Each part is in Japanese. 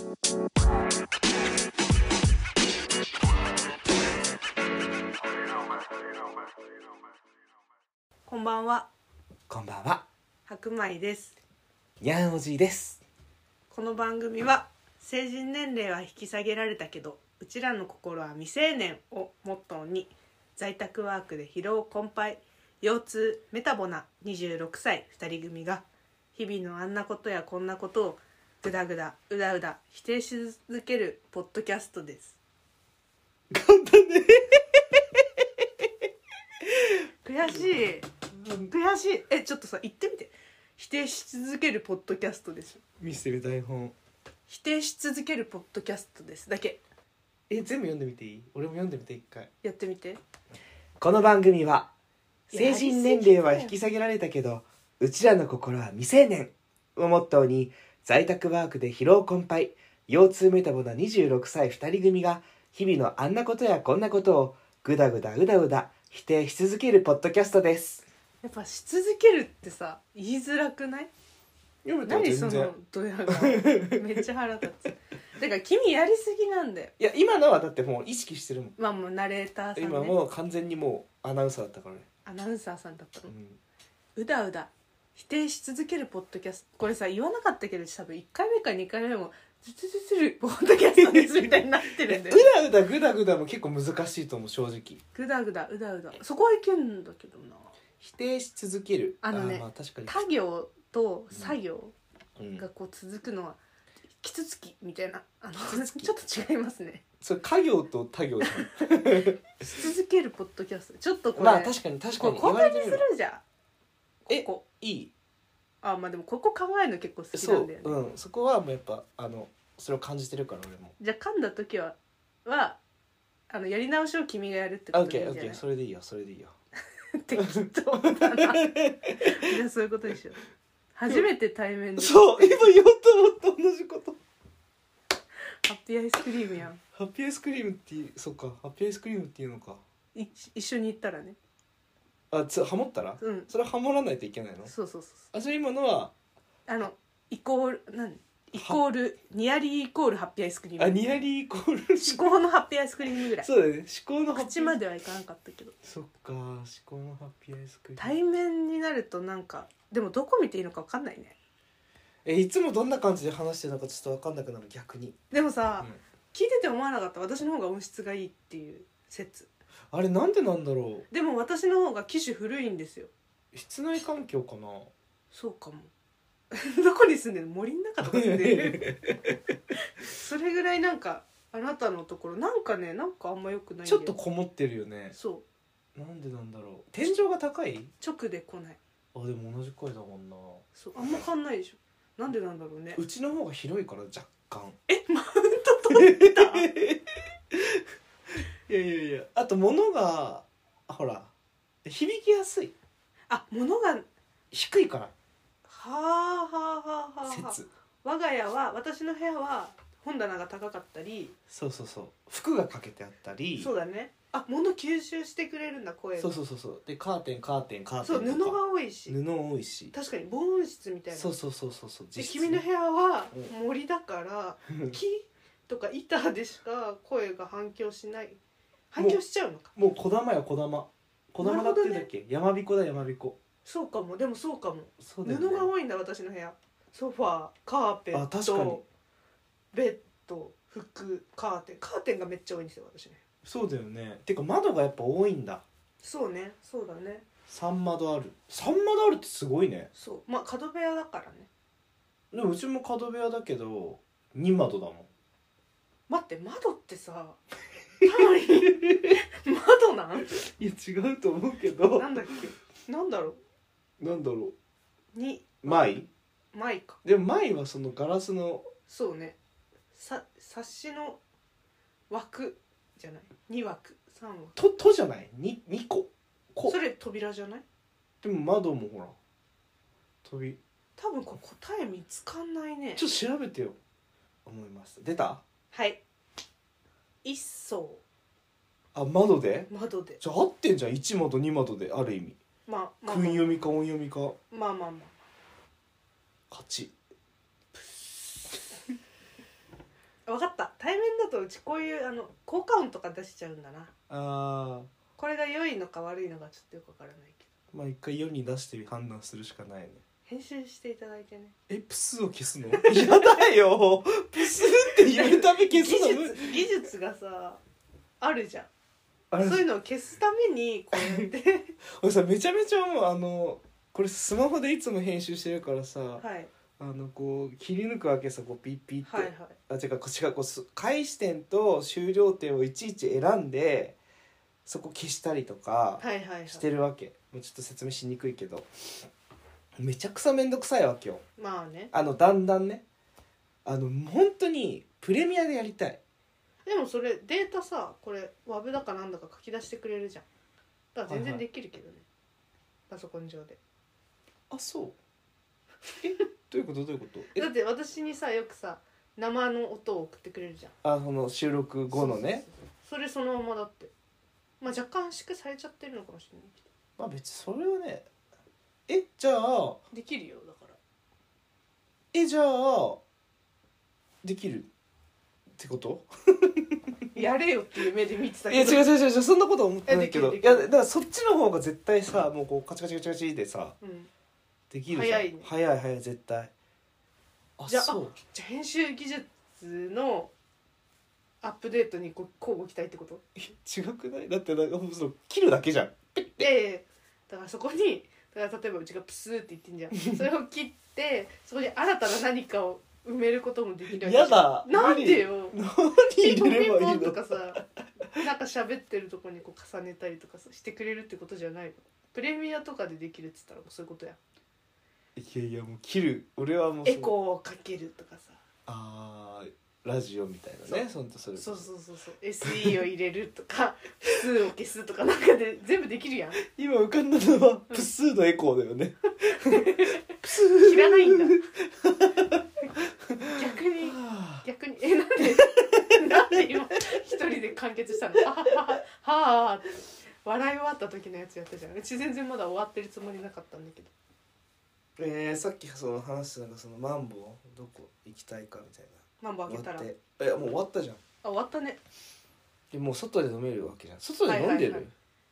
こんばんは。 こんばんは。 白米です。 にゃんおじいです。 この番組は成人年齢は引き下げられたけどうちらの心は未成年をモットーに在宅ワークで疲労困憊、腰痛、メタボな26歳2人組が日々のあんなことやこんなことをぐだぐだうだうだ否定し続けるポッドキャストです。 簡単ね。 悔しい悔しい。ちょっとさ言ってみて。否定し続けるポッドキャストです。 見せてる台本。 否定し続けるポッドキャストですだけ。 全部読んでみていい？俺も読んでみて一回。 やってみて。 この番組は成人年齢は引き下げられたけどうちらの心は未成年をモットーに在宅ワークで疲労困憊、腰痛メタボな26歳2人組が日々のあんなことやこんなことをぐだぐだうだうだ否定し続けるポッドキャストです。 やっぱし続けるってさ言いづらくない？ 読めたら何全然。 そのドヤ顔めっちゃ腹立つ。だから君やりすぎなんだよ。 いや今のはだってもう意識してるもん。 まあもうナレーターさんね。 今もう完全にもうアナウンサーだったからね。 アナウンサーさんだったの、うだうだ否定し続けるポッドキャスト。これさ言わなかったけど多分1回目か2回目もずつずつるポッドキャストですみたいになってるんだよ。 うだうだぐだぐだも結構難しいと思う正直。 ぐだぐだうだうだそこはいけんだけどな。 否定し続ける。 まあ確かに他行と作業うんがこう続くのはキツツキみたいなちょっと違いますね。 それ家業と他業じし続けるポッドキャストちょっとこれゃん。まあ確かにこれ交代にするじゃん。ここいい。 まあでもここ考えるの結構好きなんだよね。 そこはもうやっぱそれを感じてるから俺も。 じゃあ噛んだ時はやり直しを君がやるってオッことでいいんじゃない？ ケーオッケー、それでいいよそれでいいよ。 適当だな。じゃあそういうことでしょ。初めて対面でそう今言おうと思った同じこと。 ハッピーアイスクリームやん。 ハッピーアイスクリームってそうか、ハッピーアイスクリームっていうのか。 一緒に行ったらね。 ハモったら、それはハモらないといけないの？ そうじゃあ今のはイコールニアリーイコールハッピーアイスクリーム。 ニアリーイコール思考のハッピーアイスクリームぐらい。 そうだね、思考のハッピー口まではいかなかったけど。 そっか、思考のハッピーアイスクリーム。 対面になるとなんかでもどこ見ていいのか分かんないね。 いつもどんな感じで話してるのかちょっと分かんなくなる逆に。 でもさ、聞いてて思わなかった？私の方が音質がいいっていう説。 あれなんでなんだろでも私の方が機種古いんですよ。 室内環境かな。 そうかも。どこに住んでるの？森の中とか住んでる？それぐらいなんかあなたのところなんかあんま良くないんだよ。 ちょっとこもってるよね。 そうなんでなんだろう。天井が高い？ 直で来ない。 でも同じ声だもんな。 そうあんま変わんないでしょ。なんでなんだろうね。 うちの方が広いから若干。 マウント取ったいやあと物がほら響きやすい。 物が低いから。 はあ説。 我が家は私の部屋は本棚が高かったり。 そう服がかけてあったり。 そうだね。物吸収してくれるんだ声が。 そうでカーテンとか。 そう布が多いし。 布多いし。 確かに防音室みたいな。 そうで君の部屋は森だから木とか板でしか声が反響しない。反響しちゃうのか。 もう小玉だって言うんだっけ、山彦だ山彦。 そうかも。でもそうかも。 そうだよね、 布が多いんだ私の部屋。ソファー、カーペット、ベッド、服、カーテンがめっちゃ多いんですよ私の部屋。 そうだよね。てか窓がやっぱ多いんだ。 そうね、そうだね。 3窓あるってすごいね。 そう角部屋だからね。 でもうちも角部屋だけど2窓だもん。 待って窓ってさ窓なん？ いや違うと思うけど。 なんだっけ。なんだろう。 前か。 でも前はそのガラスの。 そうね。冊子の枠じゃない。2枠3枠とじゃない。2個それ扉じゃない？ でも窓もほら多分これ答え見つかんないね。 ちょっと調べてよ。思います。出た？ はい。一層。 窓でじゃあ合ってんじゃん。1窓2窓である意味。訓読みか音読みか。勝ち。 分かった。対面だとうちこういう効果音とか出しちゃうんだな。 あこれが良いのか悪いのかちょっとよく分からないけど、 まあ一回世に出して判断するしかないね。 編集していただいてね。 プスを消すのやだよプスって言うたび消すの技術がさあるじゃん。 あれそういうのを消すためにこうやって俺さめちゃめちゃ思うこれスマホでいつも編集してるからさ、 はい、 こう切り抜くわけさ、こうピッピッって、 はいはい、 違うこっちがこう開始点と終了点をいちいち選んでそこ消したりとかはいはいはいしてるわけ。もうちょっと説明しにくいけどめちゃくさめんどくさいわけよ。 まあね。 だんだんね本当にプレミアでやりたい。 でもそれデータさ、これ WAV だかなんだか書き出してくれるじゃん。だから全然できるけどね、はいはい、パソコン上で。 あ、そうどういうことだって私にさよくさ生の音を送ってくれるじゃん。 その収録後のね。 それそのままだって、まあ若干圧縮されちゃってるのかもしれないけど、 まあ別にそれはねじゃあできるよ。だからじゃあできるってことやれよっていう目で見てたいやけど違うそんなこと思ってないけど、 できるいやだからそっちの方が絶対さもうこうカチカチカチカチでさ、 うん、 できるじゃん。 早いね。 早い絶対。 じゃあそうじゃあ編集技術のアップデートに交互期待ってこと？ 違くない？だってなんかもうその切るだけじゃん。 だからそこにだから例えばうちがプスーって言ってんじゃんそれを切ってそこに新たな何かを埋めることもできるわけじゃん。 やだ。 なんでよ。 何ピンポン入れればいいピンポンとの？ かさなんか喋ってるとこにこう重ねたりとかさしてくれるってことじゃないの？プレミアとかでできるっつったらもうそういうことやん。 いやもう切る。俺はもうエコーをかけるとかさ、 ラジオみたいなね。それそう SE を入れるとかプスを消すとかなんかで全部できるやん。 今浮かんだのはプスーのエコーだよね。 プスー切らないんだ逆になんで今一人で完結したの？はははって笑い終わった時のやつやったじゃん。うち全然まだ終わってるつもりなかったんだけど。 さっきその話したそのマンボウどこ行きたいかみたいな。 マンボウ開けたらもう終わったじゃん。 終わったね。 でもう外で飲めるわけじゃん。外で飲んでる、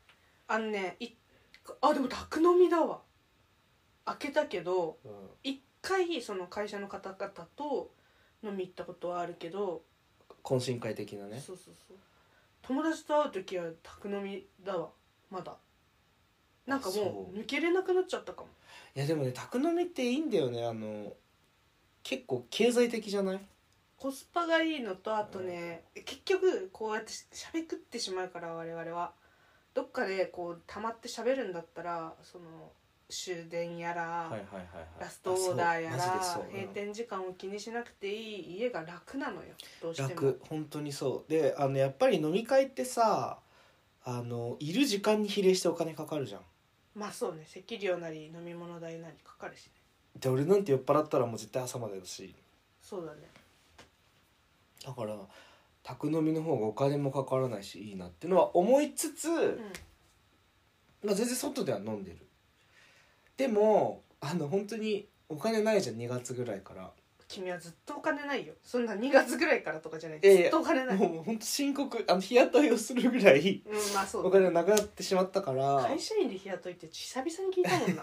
でも宅飲みだわ。開けたけどうん、 一回その会社の方々と飲み行ったことはあるけど、 懇親会的なね。 そう友達と会う時は宅飲みだわ。まだなんかもう抜けれなくなっちゃったかも。 いやでもね宅飲みっていいんだよね。結構経済的じゃない？ コスパがいいのと、あとね、結局こうやってしゃべくってしまうから、我々はどっかでこう溜まってしゃべるんだったら、その終電やら、ラストオーダーやら、閉店時間を気にしなくていい家が楽なのよ。どうしても楽。本当にそうでやっぱり飲み会ってさいる時間に比例してお金かかるじゃん。 まあそうね、席料なり飲み物代なりかかるしね。 で俺なんて酔っ払ったらもう絶対朝までだし。 そうだね。 だから宅飲みの方がお金もかからないしいいなっていうのは思いつつ、まあ、全然外では飲んでる。でも本当にお金ないじゃん。2月ぐらいから。 君はずっとお金ないよ。そんな2月ぐらいからとかじゃない、ずっとお金ない。 もう本当深刻。日雇いをするぐらい、 まあそうだ、 お金がなくなってしまったから。 会社員で日雇いって久々に聞いたもんな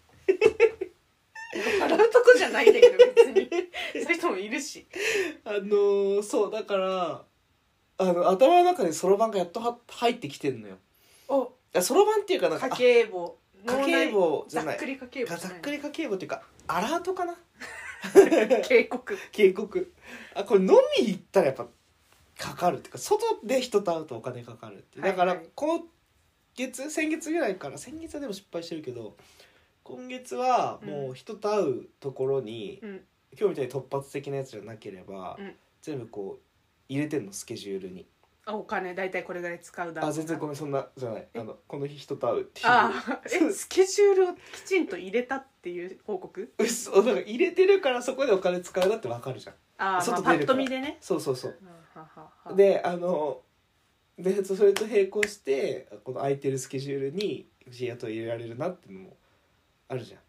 笑うとこじゃないんだけど別にそういう人もいるし、 そうだから頭の中にそろばんがやっと入ってきてんのよ。そろばんっていうかなんか家計簿じゃない、 ざっくり家計簿ざっくり家計簿っていうかアラートかな警告これ飲み行ったらやっぱかかるっていうか、外で人と会うとお金かかるっていう。だからこの先月ぐらいから、先月はでも失敗してるけど、今月はもう人と会うところに、今日みたいに突発的なやつじゃなければ、全部こう入れてんの、スケジュールに。 お金だいたいこれぐらい使うだろう。 全然ごめん、そんなじゃない。この日人と会うっていう。 スケジュールをきちんと入れたっていう報告？ だから入れてるからそこでお金使うなって分かるじゃん。 外出るから、パッと見でね。 そうでそれと並行してこの空いてるスケジュールに日雇い入れられるなっていうのもあるじゃん。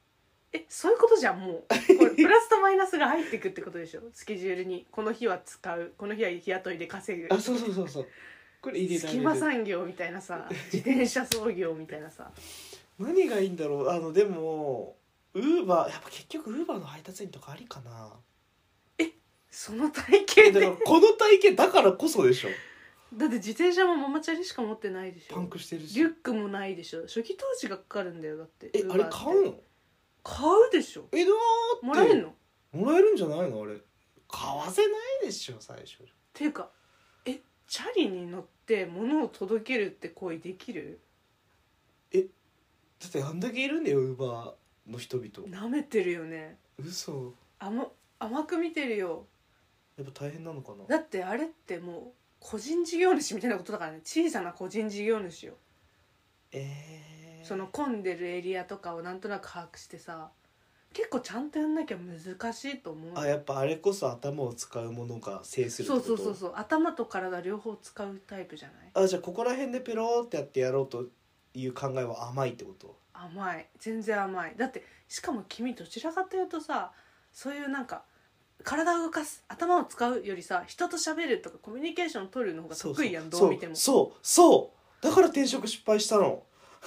そういうことじゃん。もうこれプラスとマイナスが入ってくってことでしょ。スケジュールにこの日は使う、この日は日雇いで稼ぐ。 あ、そうそうそうそう、これ入れられ隙る。 間産業みたいなさ、自転車操業みたいなさ。 何がいいんだろう。でもウーバー、やっぱ結局ウーバーの配達員とかありかな。 その体型でだからこの体型だからこそでしょ。 だって自転車もママチャリしか持ってないでしょ。 パンクしてるし。 リュックもないでしょ。初期投資がかかるんだよ。だってあれ買うの？ 買うでしょ。 だってもらえんの？っもらえるんじゃないの？あれ買わせないでしょ最初。 ていうかチャリに乗って物を届けるって行為できる？ だってあんだけいるんだよウーバーの人々。 なめてるよね。 嘘。 甘く見てるよ。 やっぱ大変なのかな。 だってあれってもう個人事業主みたいなことだからね。小さな個人事業主よ。その混んでるエリアとかをなんとなく把握してさ、結構ちゃんとやんなきゃ難しいと思う。 やっぱあれこそ頭を使うものが制するってこと。 そう頭と体両方使うタイプじゃない？ じゃあここら辺でペローってやってやろうという考えは甘いってこと？ 甘い、全然甘い。だってしかも君どちらかというとさ、そういうなんか体を動かす、頭を使うよりさ、人と喋るとかコミュニケーションを取るの方が得意やん。どう見ても。 そうだから転職失敗したの。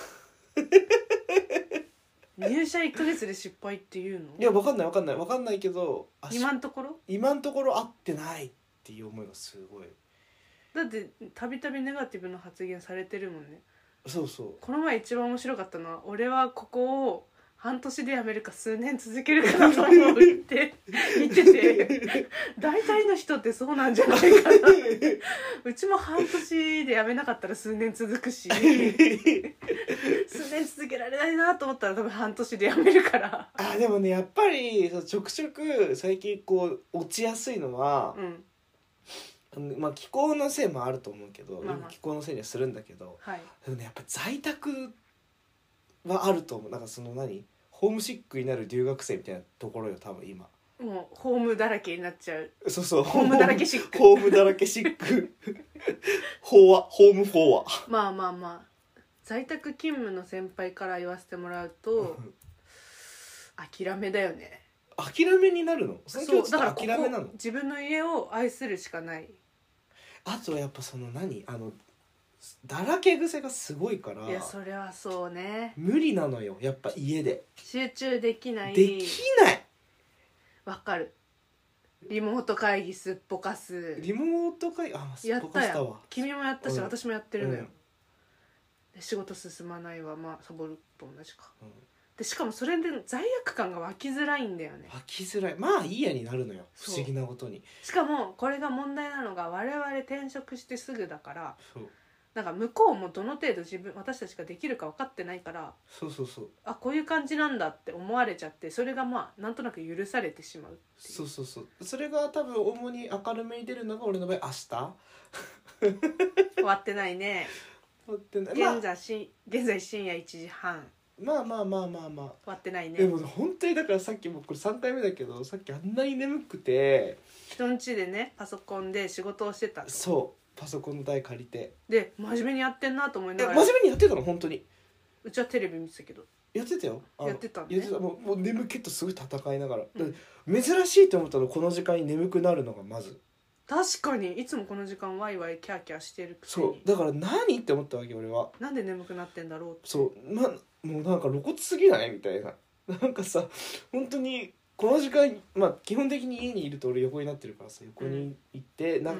入社1ヶ月で失敗っていうの？ いや分かんないけど、 今のところ合ってないっていう思いがすごい。 だってたびたびネガティブな発言されてるもんね。 そうそう。 この前一番面白かったのは、俺はここを半年で辞めるか数年続けるかだと思うって言ってて、大体の人ってそうなんじゃないかな。うちも半年で辞めなかったら数年続くし、数年続けられないなと思ったら多分半年で辞めるから。 でもねやっぱりちょくちょく最近こう落ちやすいのは、気候のせいもあると思うけど、気候のせいにはするんだけど、でもねやっぱ在宅はあると思う。なんかそのホームシックになる留学生みたいなところよ多分今。 もうホームだらけになっちゃう。 そうホームだらけシック。 ホームだらけシック。ホームフォア。 まあ在宅勤務の先輩から言わせてもらうと諦めだよね。 諦めになるの？ そうだから諦めなの？ 自分の家を愛するしかない。 あとやっぱそのだらけ癖がすごいから。 いやそれはそうね。 無理なのよやっぱ家で集中できない。 できない。 わかる。リモート会議すっぽかす。 リモート会議すっぽかしたわ。 やったよ。君もやったし、私もやってるのよ。で仕事進まないわ。サボると同じか。でしかもそれで罪悪感が湧きづらいんだよね。 湧きづらい。いいやになるのよ不思議なことに。 しかもこれが問題なのが、我々転職してすぐだから、 そうなんか向こうもどの程度私たちができるか分かってないから、 そうこういう感じなんだって思われちゃって、それがなんとなく許されてしまうっていう。 そうそれが多分主に明るめに出るのが俺の場合明日終わってないね。 終わってない。 現在深夜1時半。終わってないね。 でも本当にだからさっきもこれ3回目だけど、さっきあんなに眠くて人ん家でねパソコンで仕事をしてた。 そうパソコンの台借りて、 で真面目にやってんなと思いながら。 真面目にやってたの本当に。 うちはテレビ見てたけど。 やってたよ。 やってたね。 やってた。もう眠気とすごい戦いながら、珍しいと思ったのこの時間に眠くなるのがまず。 確かにいつもこの時間ワイワイキャーキャーしてるくせに。 そうだから何って思ったわけ俺は。 なんで眠くなってんだろうって。 そうもうなんか露骨すぎないみたいな。なんかさ本当にこの時間基本的に家にいると俺横になってるからさ、横に行ってなって、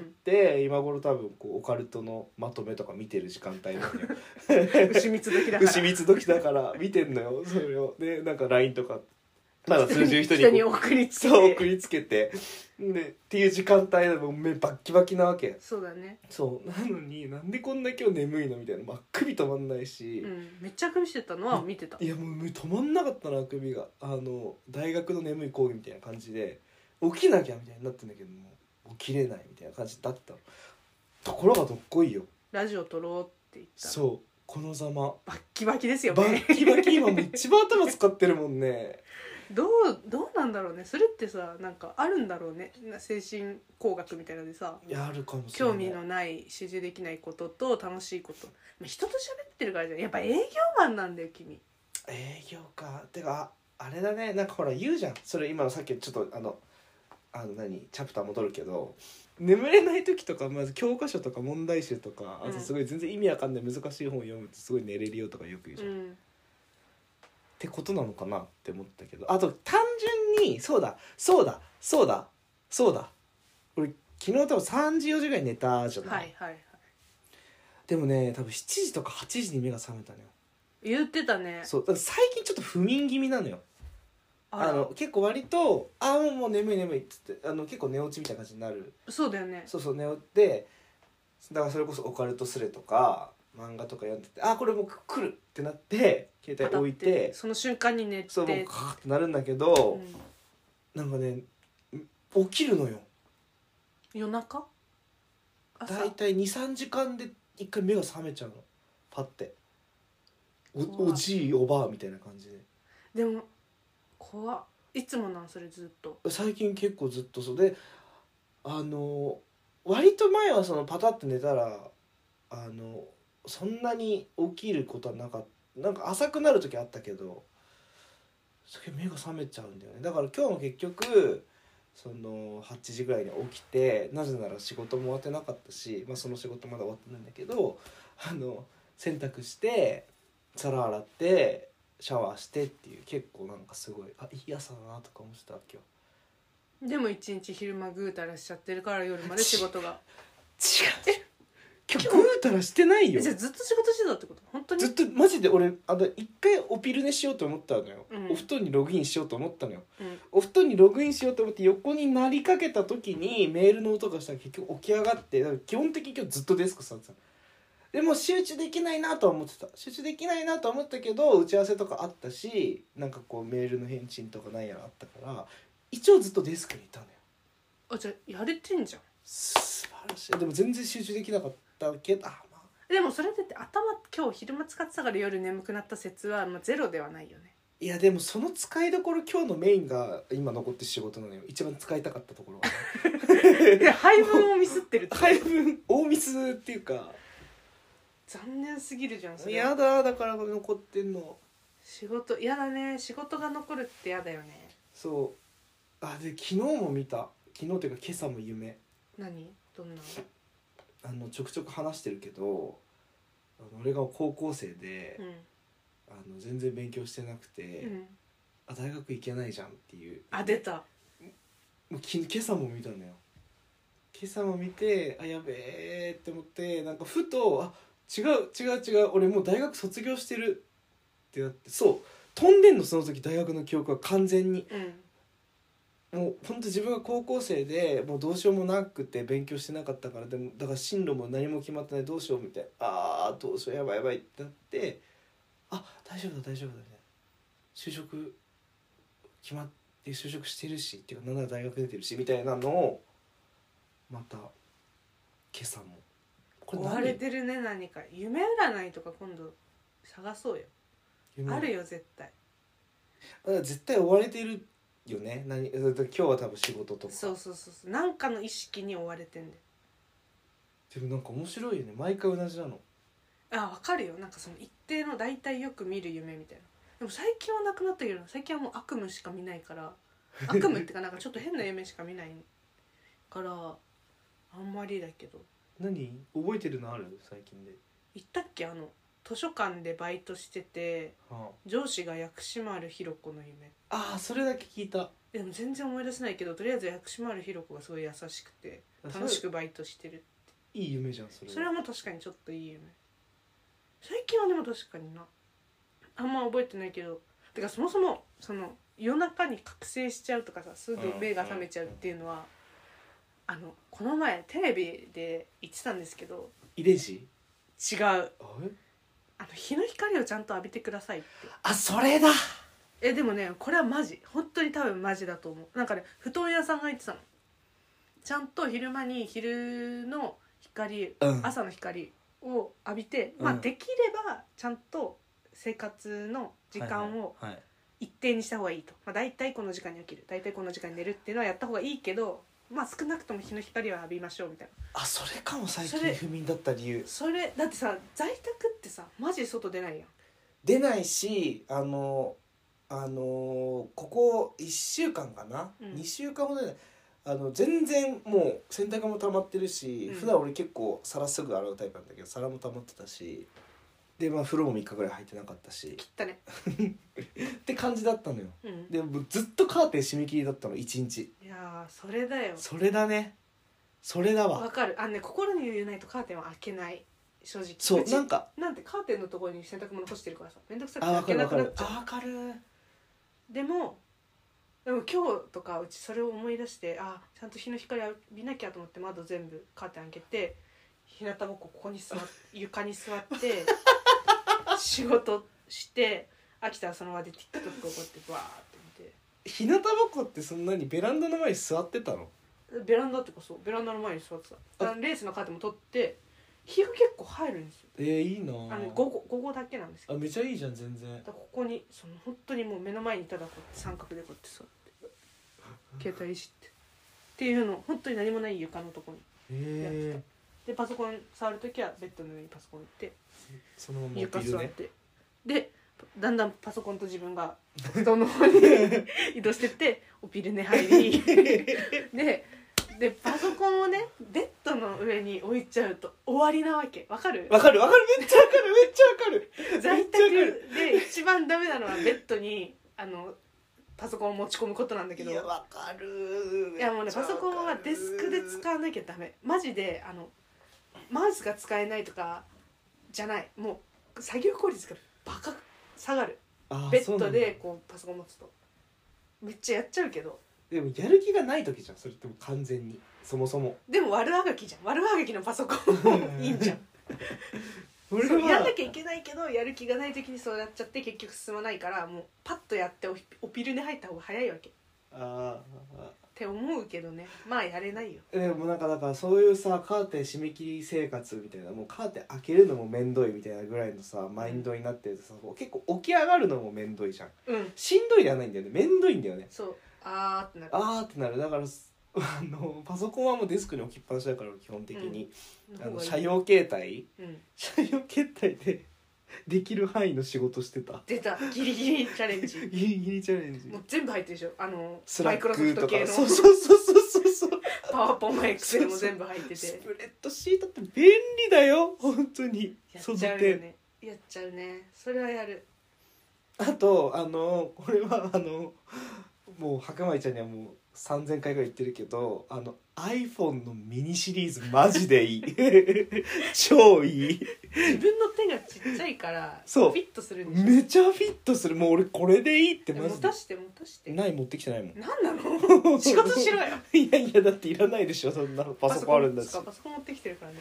今頃多分こうオカルトのまとめとか見てる時間帯なのよ。 牛蜜時だから。 牛蜜時だから見てんのよそれを。でなんか LINE とかまだ通じる人に送りつけて、 そう送りつけてでっていう時間帯でもう目バッキバキなわけ。 そうだね。 そうなのになんでこんな今日眠いのみたいな、真っ首止まんないし、 めっちゃ首してたのは見てた。 いやもう止まんなかったな首が。大学の眠い講義みたいな感じで起きなきゃみたいになってんだけども起きれないみたいな感じだったの。ところがどっこいよ、 ラジオ撮ろうって言ったらそうこのざまバッキバキですよバね。 ッキバキ今もう一番頭使ってるもんね。 どうなんだろうね。それってさなんかあるんだろうね。精神工学みたいなのでさ、 いやあるかもしれない。 興味のない集中できないことと楽しいこと、人と喋ってるからじゃん。やっぱ営業マンなんだよ君。 営業か。てかあれだね、なんかほら言うじゃん、それ今のさっきちょっとチャプター戻るけど、眠れない時とかまず教科書とか問題集とか、あとすごい全然意味わかんない難しい本を読むとすごい寝れるよとかよく言うじゃん、ってことなのかなって思ったけど、あと単純にそうだ俺昨日多分3時4時ぐらいに寝たじゃない、 はいはいはい。 でもね多分7時とか8時に目が覚めたのよ。 言ってたね。 そうだから最近ちょっと不眠気味なのよ。結構割ともう眠いっつって結構寝落ちみたいな感じになる。 そうだよね。 そう寝落ちで、だからそれこそオカルトスレとか漫画とか読んでて、これもう来るってなって携帯置いてその瞬間に寝て、 そうもうカーってなるんだけど、なんかね起きるのよ。 夜中だいたい 2,3 時間で一回目が覚めちゃうのパッて、おじいおばあみたいな感じで。 でも怖っ。いつもなんそれずっと。 最近結構ずっとそうで、割と前はそのパタッて寝たらそんなに起きることはなかった。なんか浅くなる時あったけど、それ目が覚めちゃうんだよね。だから今日も結局その8時ぐらいに起きて、なぜなら仕事も終わってなかったし、その仕事まだ終わってないんだけど洗濯して皿洗ってシャワーしてっていう、結構なんかすごいいい朝だなとか思ってた今日。でも一日昼間ぐうたらしちゃってるから夜まで仕事が違う。今日ぐうたらしてないよ。 じゃあずっと仕事してたってこと？本当にずっとマジで俺一回お昼寝しようと思ったのよ、 うん、 お布団にログインしようと思ったのよ、 うん、 お布団にログインしようと思って横になりかけた時にメールの音がしたら結局起き上がって、だから基本的に今日ずっとデスク座ってた。でも集中できないなとは思ってた、けど打ち合わせとかあったし、なんかこうメールの返信とかなんやらあったから一応ずっとデスクにいたのよ。 じゃあやれてんじゃん。 素晴らしい。でも全然集中できなかったけどでもそれで今日昼間使ってたから夜眠くなった説は、ゼロではないよね。 いやでもその使いどころ、今日のメインが今残ってる仕事なのよ。一番使いたかったところはいや配分をミスってるって配分大ミスっていうか残念すぎるじゃんそれ。 やだからこれ残ってんの。 仕事やだね。仕事が残るってやだよね。 そうで昨日も見た。昨日っていうか今朝も夢。 何？どんな？ ちょくちょく話してるけど、俺が高校生で、全然勉強してなくて、大学行けないじゃんっていう。 出た。 もう今朝も見たのよ。今朝も見てやべえって思って、なんかふと違う俺もう大学卒業してるってなって、そう飛んでんのその時大学の記憶は完全に、もうほんと自分が高校生でもうどうしようもなくて勉強してなかったから、でもだから進路も何も決まってない、どうしようみたいな、どうしようやばいってなって、大丈夫だみたいな、就職決まって就職してるしっていうか、なんなら大学出てるしみたいなのをまた今朝も追われてるね。何か夢占いとか今度探そうよ。あるよ絶対。 絶対追われてるよね。今日は多分仕事とかそうなんかの意識に追われてんだよ。 でもなんか面白いよね、毎回同じなの。 わかるよ。なんかその一定の大体よく見る夢みたいな。でも最近はなくなったけど、最近はもう悪夢しか見ないから悪夢ってかなんかちょっと変な夢しか見ないからあんまりだけど。 何覚えてるのある？最近で言ったっけ？図書館でバイトしてて、上司が薬師丸ひろ子の夢。 それだけ聞いた。 でも全然思い出せないけど、とりあえず薬師丸ひろ子がすごい優しくて楽しくバイトしてるって。 いい夢じゃんそれはもう確かにちょっといい夢。最近はでも確かになあんま覚えてないけど、てかそもそもその夜中に覚醒しちゃうとかさ、すぐ目が覚めちゃうっていうのは、この前テレビで言ってたんですけど、 遺伝子？ 違う。日の光をちゃんと浴びてくださいって。 それだ。 でもねこれはマジ、本当に多分マジだと思う。なんかね布団屋さんが言ってたの。ちゃんと昼間に昼の光、朝の光を浴びて、できればちゃんと生活の時間を一定にした方がいいと。だいたいこの時間に起きる、だいたいこの時間に寝るっていうのはやった方がいいけど、少なくとも日の光は浴びましょうみたいな。 それかも。最近不眠だった理由。 それだってさ、在宅ってさマジ外出ないやん。 出ないしここ1週間かな、 うん 2週間ほどで全然もう洗濯も溜まってるし、 うん普段俺結構皿すぐ洗うタイプなんだけど皿も溜まってたし、で風呂も3日ぐらい入ってなかったし切ったね。 って感じだったのよ。 うんでもずっとカーテン締め切りだったの1日。 いやーそれだよ。 それだね、それだわ。 わかる。心に余裕ないとカーテンは開けない、正直。 そうちなんかなんてカーテンのところに洗濯物干してるからさ、めんどくさくてわ開けなかるわかるくなっちゃう。 わかる。 でも今日とかうちそれを思い出して、ちゃんと日の光浴びなきゃと思って窓全部カーテン開けて、日向ぼっこここに座っ床に座って仕事して飽きたらその場で TikTok をこうやってバーって日向ぼっこってそんなにベランダの前に座ってたの？ 見て、ベランダってかそうベランダの前に座ってた。レースのカーテンも取って日が結構入るんですよ。 いいな午後だけなんですけど、 めちゃいいじゃん全然。 だからここに本当にもう目の前にただこうやって三角でこうやって座って携帯いじっていうの本当に何もない床のとこにでパソコン触るときはベッドの上にパソコン置いてそのまま床起きるね。 座ってでだんだんパソコンと自分が布団の方に移動してっておピル寝入りでパソコンをねベッドの上に置いちゃうと終わりなわけ。わかる？ わかるめっちゃわかるめっちゃわかる。 在宅で一番ダメなのはベッドにパソコンを持ち込むことなんだけど、 いやわかる。 いやもうねパソコンはデスクで使わなきゃダメ。マジでマウスが使えないとかじゃない、もう作業効率がバカ下がる。ベッドでこうパソコン持つとめっちゃやっちゃうけど、 でもやる気がない時じゃんそれってもう完全にそもそも。 でも悪あがきじゃん。悪あがきのパソコンいいんじゃん。 俺そうやんなはきゃいけないけどやる気がない時にそうやっちゃって結局進まないから、もうパッとやっておピルに入った方が早いわけっあて思うけどね、まあやれないよ。 でもだからそういうさカーテン締め切り生活みたいな、もうカーテン開けるのも面倒いみたいなぐらいのさマインドになってるとさ、結構起き上がるのも面倒いじゃん。 うんしんどいじゃないんだよね、面倒いんだよね。 そうってなる。 ってなる。だからパソコンはもうデスクに置きっぱなしだから基本的に、車用携帯でできる範囲の仕事してた。 出たギリギリチャレンジギリギリチャレンジ。 もう全部入ってるでしょ。 スラッマイクロソフクとかト系のそうそうパワポンもエクセルも全部入っててスプレッドシートって便利だよ本当に。 やっちゃうよね。やっちゃうね。それはやる。 あとこれはもう白米ちゃんにはもう3000回ぐらい言ってるけどiPhone のミニシリーズマジでいい超いい。 自分の手がちっちゃいからそうフィットするんでしょ。 めちゃフィットする。もう俺これでいいってマジで。 持たして持ってきてないもん。 なんなの仕事しろよ。 いやだっていらないでしょそんなパソコンあるんだし。 パソコン持ってきてるからね。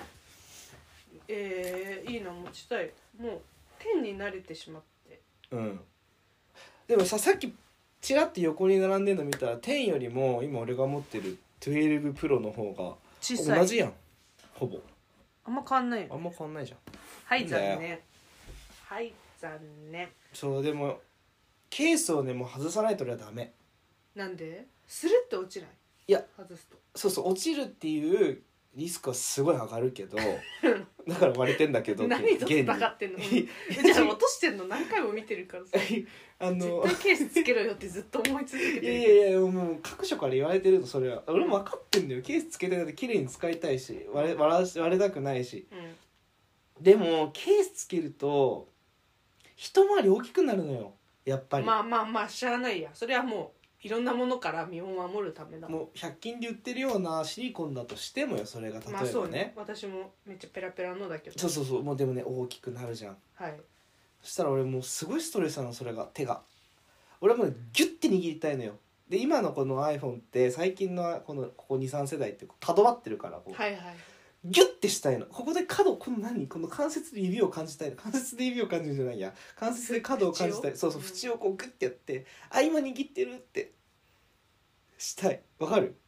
いいな、持ちたい。もう10に慣れてしまって。 でもさっきチラッと横に並んでるの見たら10よりも今俺が持ってる12 Pro の方が小さい。 同じやんほぼ。 あんま変わんないよ。 あんま変わんないじゃん。 はい残念。はい残念。 そうでもケースをねもう外さないと俺はダメ。 なんで？スルッと落ちない？ いや外すと。 そう落ちるっていうリスクはすごい上がるけどだから割れてんだけど何と戦ってんの？じゃあ落としてんの何回も見てるからさ。絶対ケースつけろよってずっと思い続けてる。 いやもう各所から言われてるとそれは俺も分かってんだよ。ケースつけたいって綺麗に使いたいし割れたくないし、でもケースつけると一回り大きくなるのよやっぱり。 まあしゃあないや。それはもういろんなものから身を守るためだ。 もう100均で売ってるようなシリコンだとしてもよ、それが例えばね。 そうね。私もめっちゃペラペラのだけど。 そうもうでもね大きくなるじゃん。 はい。 そしたら俺もうすごいストレスなのそれが。手が俺はもうギュッて握りたいのよ。で今のこの iPhone って最近のここ 2,3 世代って角張ってるからこう、 はいギュッてしたいの。ここで角この関節で指を感じたいの。関節で指を感じるんじゃないや、関節で角を感じたい。そう縁をこうグッてやって今握ってるってしたい。わかる？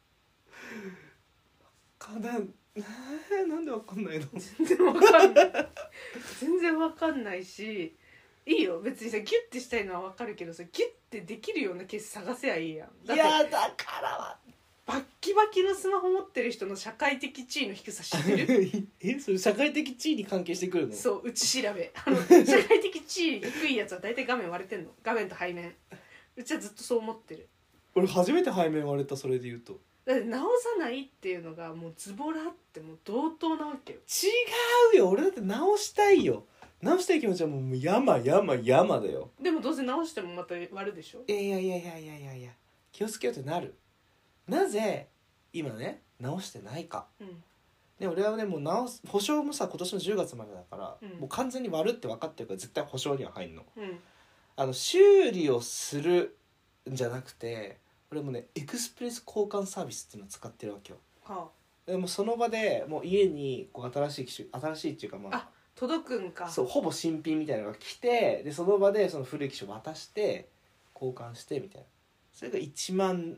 なんでわかんないの？ 全然わかんない。全然わかんないし、いいよ別にさギュッてしたいのはわかるけどさ、ギュッてできるようなケース探せばいいやん。 いやだからはバッキバキのスマホ持ってる人の社会的地位の低さ知ってる？ それ社会的地位に関係してくるの？ そううち調べ社会的地位低いやつは大体画面割れてんの。画面と背面。うちはずっとそう思ってる。 俺初めて背面割れた。それで言うとだって直さないっていうのがもうズボラってもう同等なわけよ。 違うよ。俺だって直したいよ。直したい気持ちはもう山だよ。 でもどうせ直してもまた割るでしょ。 いや気をつけようってなる。なぜ今ね直してないか。で俺はねもう保証もさ今年の10月までだから、もう完全に割るって分かってるから絶対保証には入んの。修理をするんじゃなくて俺もねエクスプレス交換サービスっていうのを使ってるわけよ。でもその場でもう家にこう新しいっていうか届くんか。 そうほぼ新品みたいなのが来て、でその場でその古い機種渡して交換してみたいな。それが1万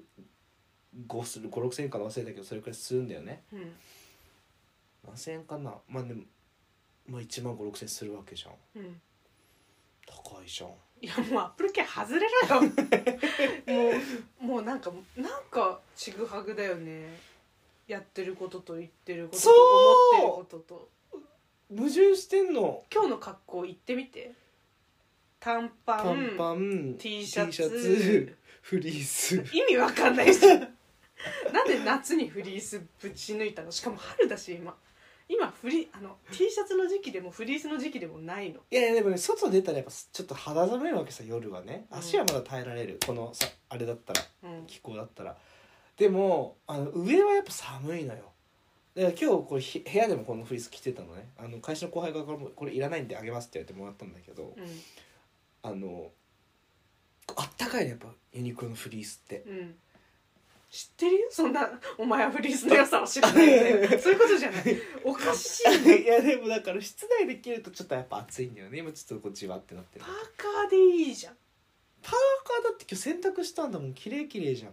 5、6千円かな忘れたけどそれくらいするんだよね。何千円かな。でも1万5、6千円するわけじゃん。高いじゃん。 いやもうアップル系外れろよもうなんかちぐはぐだよね。やってることと言ってることと思ってることと矛盾してんの。 今日の格好言ってみて。短パン T シャツフリース。 意味わかんないじゃんなんで夏にフリースぶち抜いたの？しかも春だし今T シャツの時期でもフリースの時期でもないの。 いやでもね外出たらやっぱちょっと肌寒いわけさ。夜はね足はまだ耐えられる、このさあれだったら、気候だったら。でも上はやっぱ寒いのよ。だから今日これ部屋でもこのフリース着てたのね。会社の後輩がこれいらないんであげますって言ってもらったんだけど、あったかいねやっぱユニクロのフリースって。 知ってるよそんな。お前はフリースの良さを知らないってそういうことじゃない。おかしいいやでもだから室内で着るとちょっとやっぱ暑いんだよね。今ちょっとこうじわってなってる。 パーカーでいいじゃん。 パーカーだって今日洗濯したんだもん。綺麗じゃん。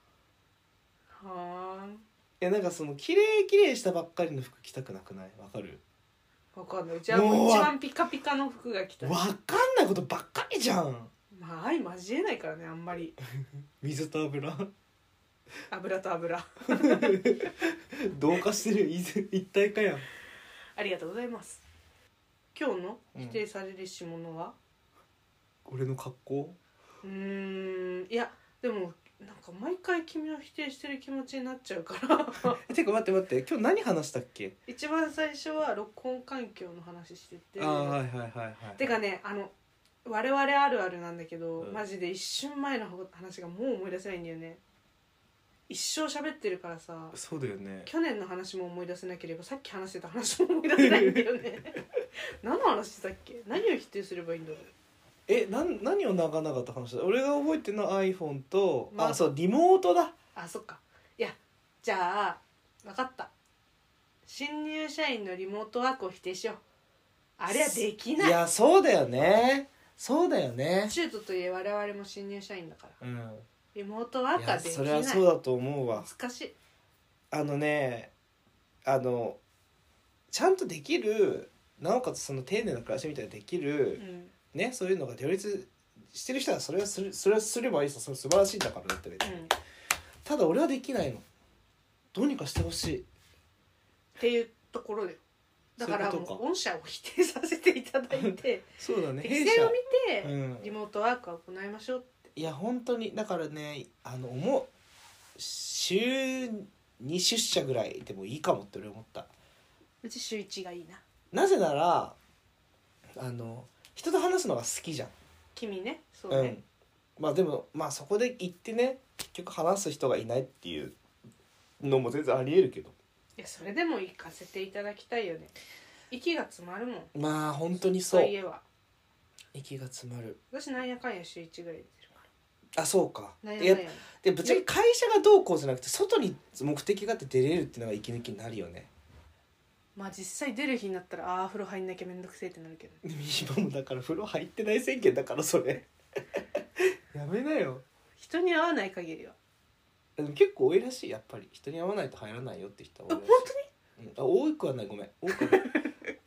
いやなんかその綺麗したばっかりの服着たくなくない？わかる？ わかんない。うちはもう一番ピカピカの服が着たい。 わかんないことばっかりじゃん。 相交えないからねあんまり。 水と油油と油同化してる。一体化やん。 ありがとうございます。今日の否定されるし者は、 俺の格好？ いやでもなんか毎回君を否定してる気持ちになっちゃうからてか待って今日何話したっけ？ 一番最初は録音環境の話してて、 はいてかね我々あるあるなんだけど、マジで一瞬前の話がもう思い出せないんだよね。一生喋ってるからさ。 そうだよね。 去年の話も思い出せなければさっき話してた話も思い出せないんだよね何の話してたっけ？何を否定すればいいんだろう。 何を長々と話した？俺が覚えてるのは iPhone と、そうリモートだ。 そっか。いやじゃあ分かった。新入社員のリモートワークを否定しよう。あれはできない。 いやそうだよね。シュートといえ我々も新入社員だから、リモートワークはできない。 それはそうだと思うわ。 難しい。 ちゃんとできる、なおかつその丁寧な暮らしみたいなできる、ね、そういうのが両立してる人はそれはすればいいさ。それ素晴らしいんだからだって別に、ただ俺はできないの。どうにかしてほしいっていうところで、だからもう御社を否定させていただいてそうだね、 適性を見て、リモートワークは行いましょうって。 いや本当にだからね思う。週2出社ぐらいでもいいかもって俺思った。 うち週1がいいな。 なぜなら人と話すのが好きじゃん君ね。そうね、 でもそこで行ってね結局話す人がいないっていうのも全然ありえるけど、 いやそれでも行かせていただきたいよね。息が詰まるもん。 本当にそう。 家は息が詰まる。 私なんやかんや週1ぐらい出てるから。 そうか。 なんやかんやでぶっちゃけ会社がどうこうじゃなくて外に目的があって出れるっていうのが息抜きになるよね。 実際出る日になったら風呂入んなきゃめんどくせえってなるけど、 今もだから風呂入ってない宣言だからそれやめなよ。 人に会わない限りは。 でも結構多いらしい。やっぱり人に会わないと入らないよって人は多いらしい。 本当に？ 多くはない。ごめん多くはない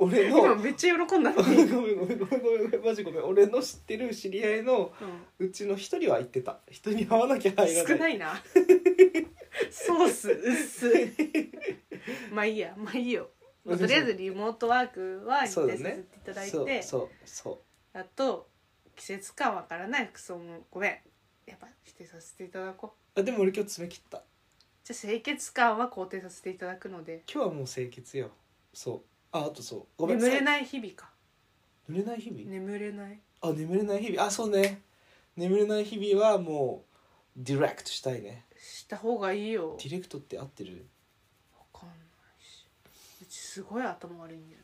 俺の今めっちゃ喜んだのごめんに、 ごめんごめんごめんごめんマジごめん。俺の知ってる知り合いのううちの一人は言ってた。人に会わなきゃ入らん、 ない。 少ないなソース薄いまあいいや、まあいいよ、まあ、とりあえずリモートワークは否定させていただいて、 そうあと季節感わからない服装もごめん、やっぱ否定させていただこう。 あでも俺今日爪切った。 じゃあ清潔感は肯定させていただくので、 今日はもう清潔よ。そうあとそうごめん眠れない日々か、 眠れない日々、 眠れない、 あ眠れない日々、あそうね、眠れない日々はもうディレクトしたいね。 した方がいいよ。 ディレクトって合ってる？ わかんないし、うちすごい頭悪いんだよ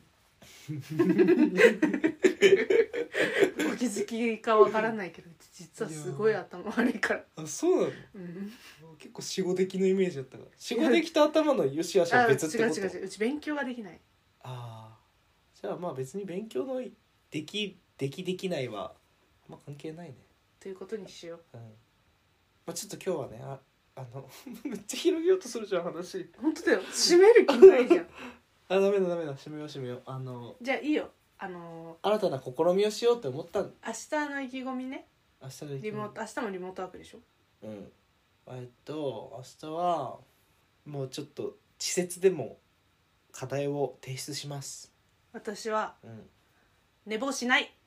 お気づきかわからないけど、うち実はすごい頭悪いから。 あそうなの？ うん結構死後的のイメージだったから。死後的と頭の良し悪しは別ってこと？ 違う違う違う、うち勉強ができない。 ああじゃあまあ別に勉強のできないはあんま関係ないね。 ということにしよう。 うんまあ、ちょっと今日はねめっちゃ広げようとするじゃん話。 本当だよ、締める気ないじゃんあダメだ閉めようじゃあいいよ、 新たな試みをしようって思ったん。 明日の意気込みね。 明日のリモート、明日もリモートワークでしょ。 うん明日はもうちょっと稚拙でも課題を提出します。 私はうん寝坊しない。